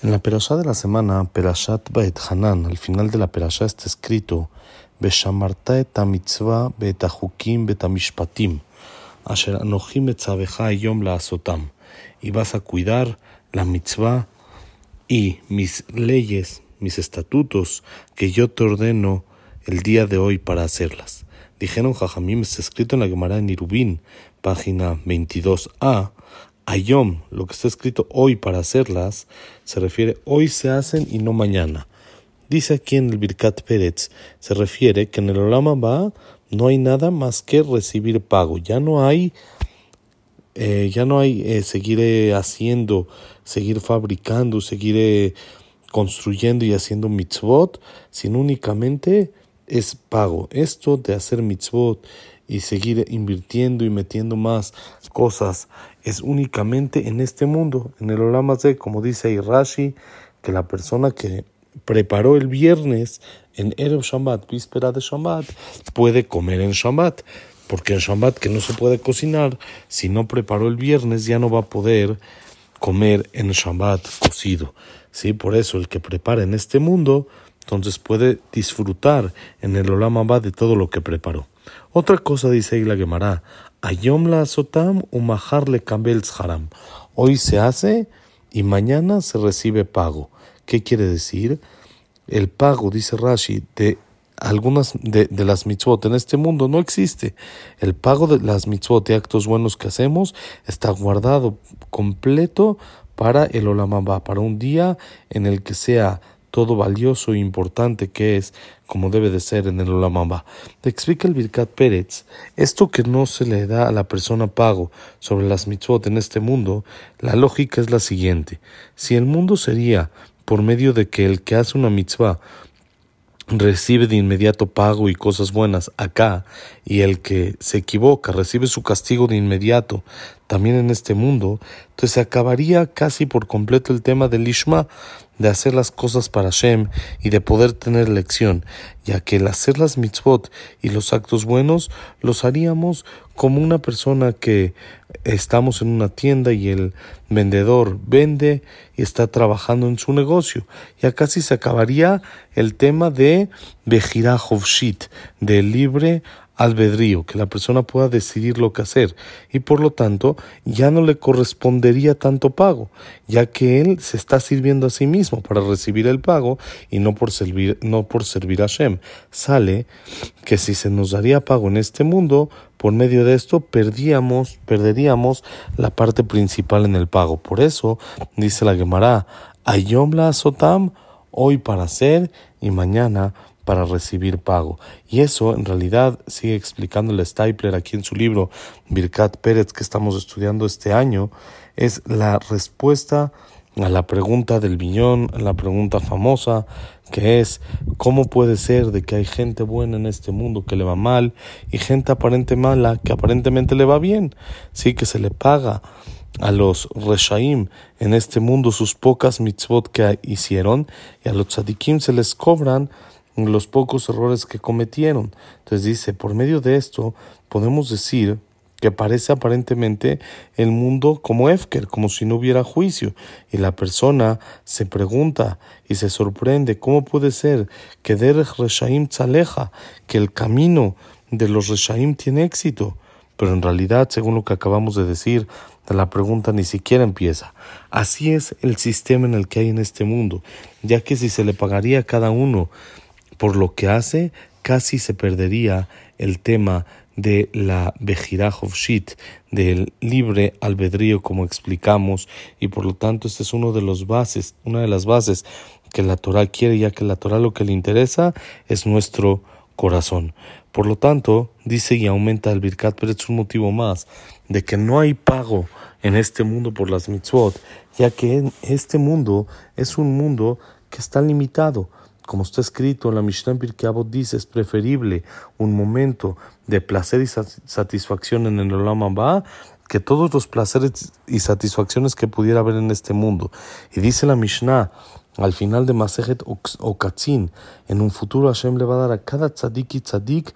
En la perashá de la semana, Perashat Baet Hanan, al final de la perashá está escrito Beshamarta et ha-mitzvah be'et ha-chukim be'et ha-mishpatim asher anochi metzaveja hayom la'asotam, y vas a cuidar la mitzvah y mis leyes, mis estatutos que yo te ordeno el día de hoy para hacerlas. Dijeron Jajamim, está escrito en la Gemara en Irubín, página 22a, Ayom, lo que está escrito hoy para hacerlas, se refiere hoy se hacen y no mañana. Dice aquí en el Birkat Peretz, se refiere que en el Olam Haba no hay nada más que recibir pago. Ya no hay seguir haciendo, seguir fabricando, seguir construyendo y haciendo mitzvot, sino únicamente es pago. Esto de hacer mitzvot y seguir invirtiendo y metiendo más cosas es únicamente en este mundo, en el Olam Hazé, como dice ahí Rashi, que la persona que preparó el viernes en Erev Shabbat, víspera de Shabbat, puede comer en Shabbat, porque en Shabbat que no se puede cocinar, si no preparó el viernes ya no va a poder comer en Shabbat cocido. ¿Sí? Por eso el que prepara en este mundo, entonces puede disfrutar en el Olam Haba de todo lo que preparó. Otra cosa dice ahí la Gemara, Ayom la asotam umahar le kambel tzharam. Hoy se hace y mañana se recibe pago. ¿Qué quiere decir? El pago, dice Rashi, de algunas de las mitzvot en este mundo no existe. El pago de las mitzvot y actos buenos que hacemos está guardado completo para el Olam Haba, para un día en el que sea todo valioso e importante que es, como debe de ser en el Olam Haba. Te explica el Birkat Peretz, esto que no se le da a la persona pago sobre las mitzvot en este mundo, la lógica es la siguiente. Si el mundo sería por medio de que el que hace una mitzvah recibe de inmediato pago y cosas buenas acá, y el que se equivoca recibe su castigo de inmediato también en este mundo, entonces se acabaría casi por completo el tema del Lishma, de hacer las cosas para Hashem y de poder tener lección, ya que el hacer las mitzvot y los actos buenos los haríamos como una persona que estamos en una tienda y el vendedor vende y está trabajando en su negocio. Ya casi se acabaría el tema de Bejirá Hovshit, de libre albedrío, que la persona pueda decidir lo que hacer, y por lo tanto ya no le correspondería tanto pago, ya que él se está sirviendo a sí mismo para recibir el pago y no por servir a Hashem. Sale que si se nos daría pago en este mundo, por medio de esto perderíamos la parte principal en el pago. Por eso dice la Gemara, Ayom la asotam, hoy para hacer y mañana para recibir pago. Y eso en realidad sigue explicando el Stapler aquí en su libro Birkat Peretz que estamos estudiando este año, es la respuesta a la pregunta del Billón, la pregunta famosa que es ¿cómo puede ser de que hay gente buena en este mundo que le va mal y gente aparente mala que aparentemente le va bien? Sí, que se le paga a los reshaim en este mundo sus pocas mitzvot que hicieron y a los tzadikim se les cobran los pocos errores que cometieron. Entonces dice, por medio de esto podemos decir que parece aparentemente el mundo como Efker, como si no hubiera juicio, y la persona se pregunta y se sorprende, ¿cómo puede ser que Derech Reshaim Tzaleja, que el camino de los Reshaim tiene éxito? Pero en realidad, según lo que acabamos de decir, la pregunta ni siquiera empieza. Así es el sistema en el que hay en este mundo, ya que si se le pagaría a cada uno por lo que hace, casi se perdería el tema de la Bejirá Hovshit, del libre albedrío, como explicamos, y por lo tanto este es una de las bases que la Torah quiere, ya que la Torah lo que le interesa es nuestro corazón. Por lo tanto, dice y aumenta el Birkat Peretz un motivo más de que no hay pago en este mundo por las mitzvot, ya que en este mundo es un mundo que está limitado. Como está escrito en la Mishnah Pirkei Avot, dice, es preferible un momento de placer y satisfacción en el Olam Haba que todos los placeres y satisfacciones que pudiera haber en este mundo. Y dice la Mishnah, al final de Masejet Okatzin, en un futuro Hashem le va a dar a cada tzadik y tzadik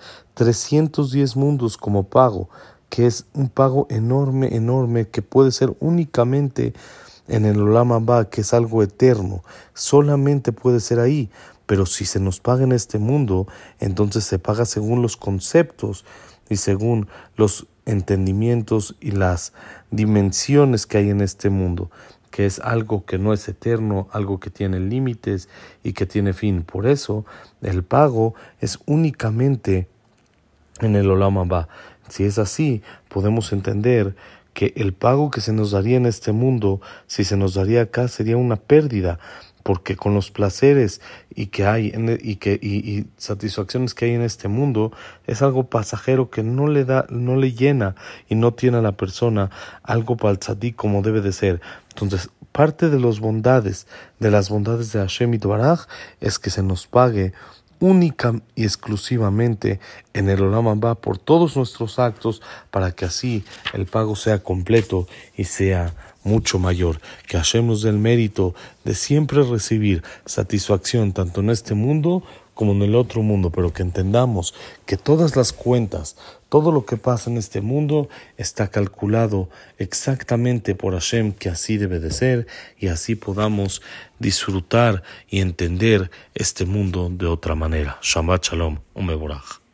310 mundos como pago, que es un pago enorme, que puede ser únicamente en el Olam Haba, que es algo eterno, solamente puede ser ahí. Pero si se nos paga en este mundo, entonces se paga según los conceptos y según los entendimientos y las dimensiones que hay en este mundo, que es algo que no es eterno, algo que tiene límites y que tiene fin. Por eso el pago es únicamente en el Olam Haba. Si es así, podemos entender que el pago que se nos daría en este mundo, si se nos daría acá, sería una pérdida, porque con los placeres y satisfacciones que hay en este mundo, es algo pasajero que no le llena y no tiene a la persona algo para el tzadik como debe de ser. Entonces, parte de las bondades de Hashem Yitbaraj es que se nos pague única y exclusivamente en el Olam Haba por todos nuestros actos, para que así el pago sea completo y sea mucho mayor. Que Hashem nos dé el mérito de siempre recibir satisfacción tanto en este mundo como en el otro mundo, pero que entendamos que todas las cuentas, todo lo que pasa en este mundo está calculado exactamente por Hashem, que así debe de ser, y así podamos disfrutar y entender este mundo de otra manera. Shabbat Shalom, Umeborach.